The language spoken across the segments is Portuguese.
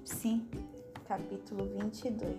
Apocalipse, capítulo 22.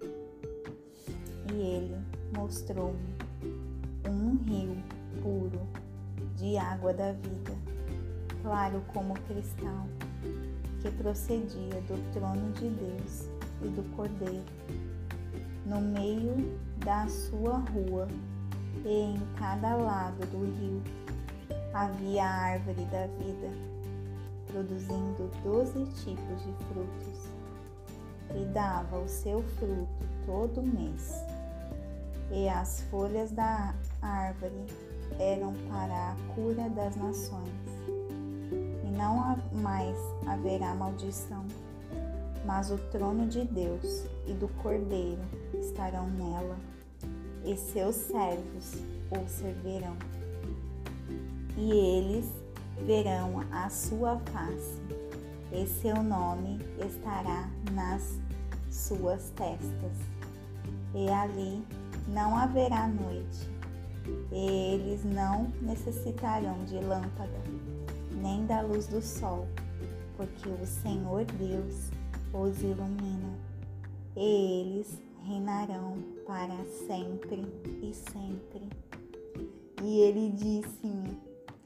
E ele mostrou-me um rio puro de água da vida, claro como cristal, que procedia do trono de Deus e do Cordeiro. No meio da sua rua e em cada lado do rio havia a árvore da vida, produzindo 12 tipos de frutos, e dava o seu fruto todo mês. E as folhas da árvore eram para a cura das nações. E não mais haverá maldição, mas o trono de Deus e do Cordeiro estarão nela, e seus servos o servirão. E eles verão a sua face, e seu nome estará nas suas testas. E ali não haverá noite, e eles não necessitarão de lâmpada, nem da luz do sol, porque o Senhor Deus os ilumina, e eles reinarão para sempre e sempre. E ele disse-me: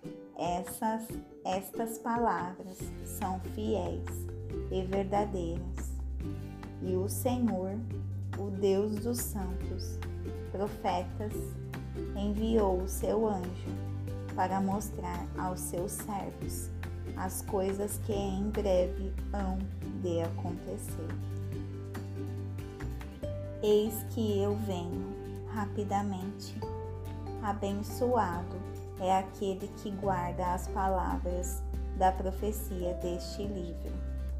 Estas palavras são fiéis e verdadeiras. E o Senhor, o Deus dos santos, profetas, enviou o seu anjo para mostrar aos seus servos as coisas que em breve hão de acontecer. Eis que eu venho rapidamente. Abençoado é aquele que guarda as palavras da profecia deste livro.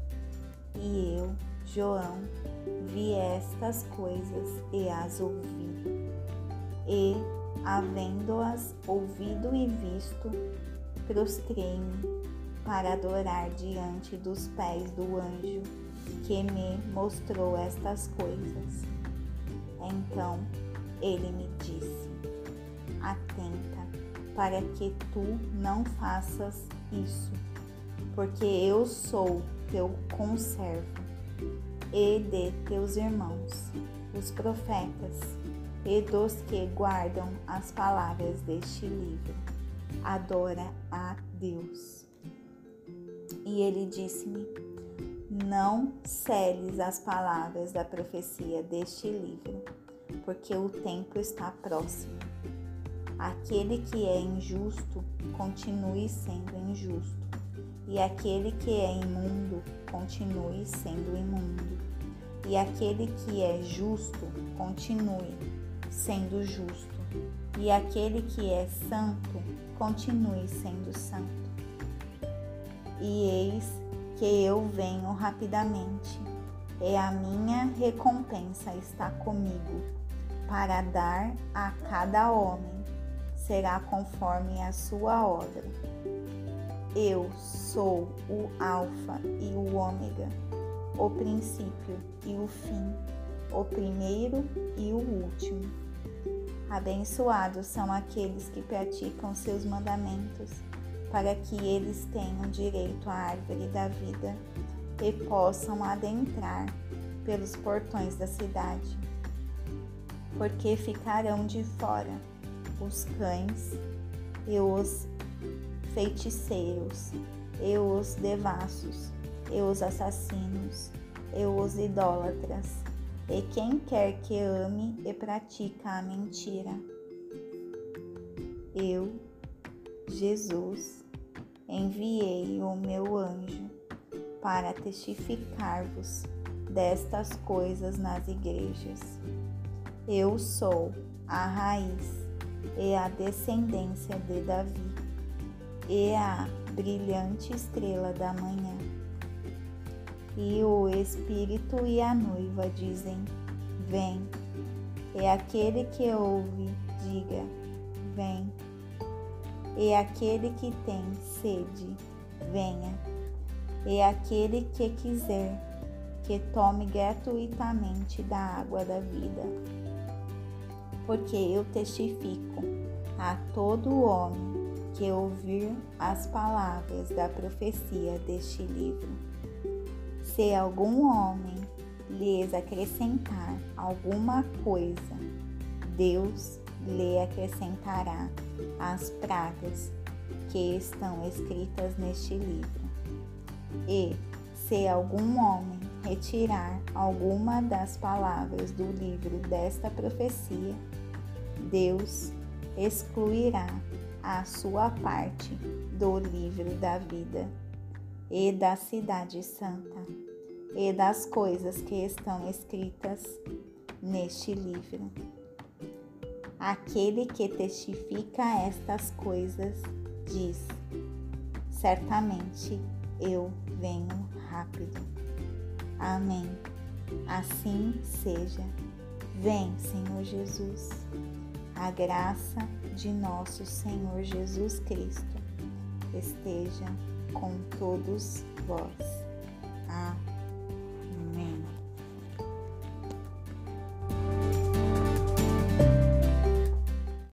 E eu, João, vi estas coisas e as ouvi. E, havendo-as ouvido e visto, prostrei-me para adorar diante dos pés do anjo que me mostrou estas coisas. Então ele me disse: Atenta, para que tu não faças isso, porque eu sou teu conservo e de teus irmãos, os profetas, e dos que guardam as palavras deste livro. Adora a Deus. E ele disse-me: Não seles as palavras da profecia deste livro, porque o tempo está próximo. Aquele que é injusto, continue sendo injusto, e aquele que é imundo, continue sendo imundo, e aquele que é justo, continue sendo justo, e aquele que é santo, continue sendo santo. E eis que eu venho rapidamente, e a minha recompensa está comigo, para dar a cada homem, será conforme a sua obra. Eu sou o Alfa e o Ômega, o princípio e o fim, o primeiro e o último. Abençoados são aqueles que praticam seus mandamentos, para que eles tenham direito à árvore da vida e possam adentrar pelos portões da cidade. Porque ficarão de fora os cães e os feiticeiros, e os devassos, e os assassinos, e os idólatras, e quem quer que ame e pratica a mentira. Eu, Jesus, enviei o meu anjo para testificar-vos destas coisas nas igrejas. Eu sou a raiz e a descendência de Davi, e a brilhante estrela da manhã. E o Espírito e a noiva dizem: Vem. E aquele que ouve, diga: Vem. E aquele que tem sede, venha. E aquele que quiser, que tome gratuitamente da água da vida. Porque eu testifico a todo homem que ouvir as palavras da profecia deste livro. Se algum homem lhes acrescentar alguma coisa, Deus lhe acrescentará as pragas que estão escritas neste livro. E, se algum homem retirar alguma das palavras do livro desta profecia, Deus excluirá a sua parte do livro da vida e da cidade santa e das coisas que estão escritas neste livro. Aquele que testifica estas coisas diz: certamente eu venho rápido. Amém. Assim seja. Vem, Senhor Jesus. A graça de nosso Senhor Jesus Cristo esteja com todos vós. Amém.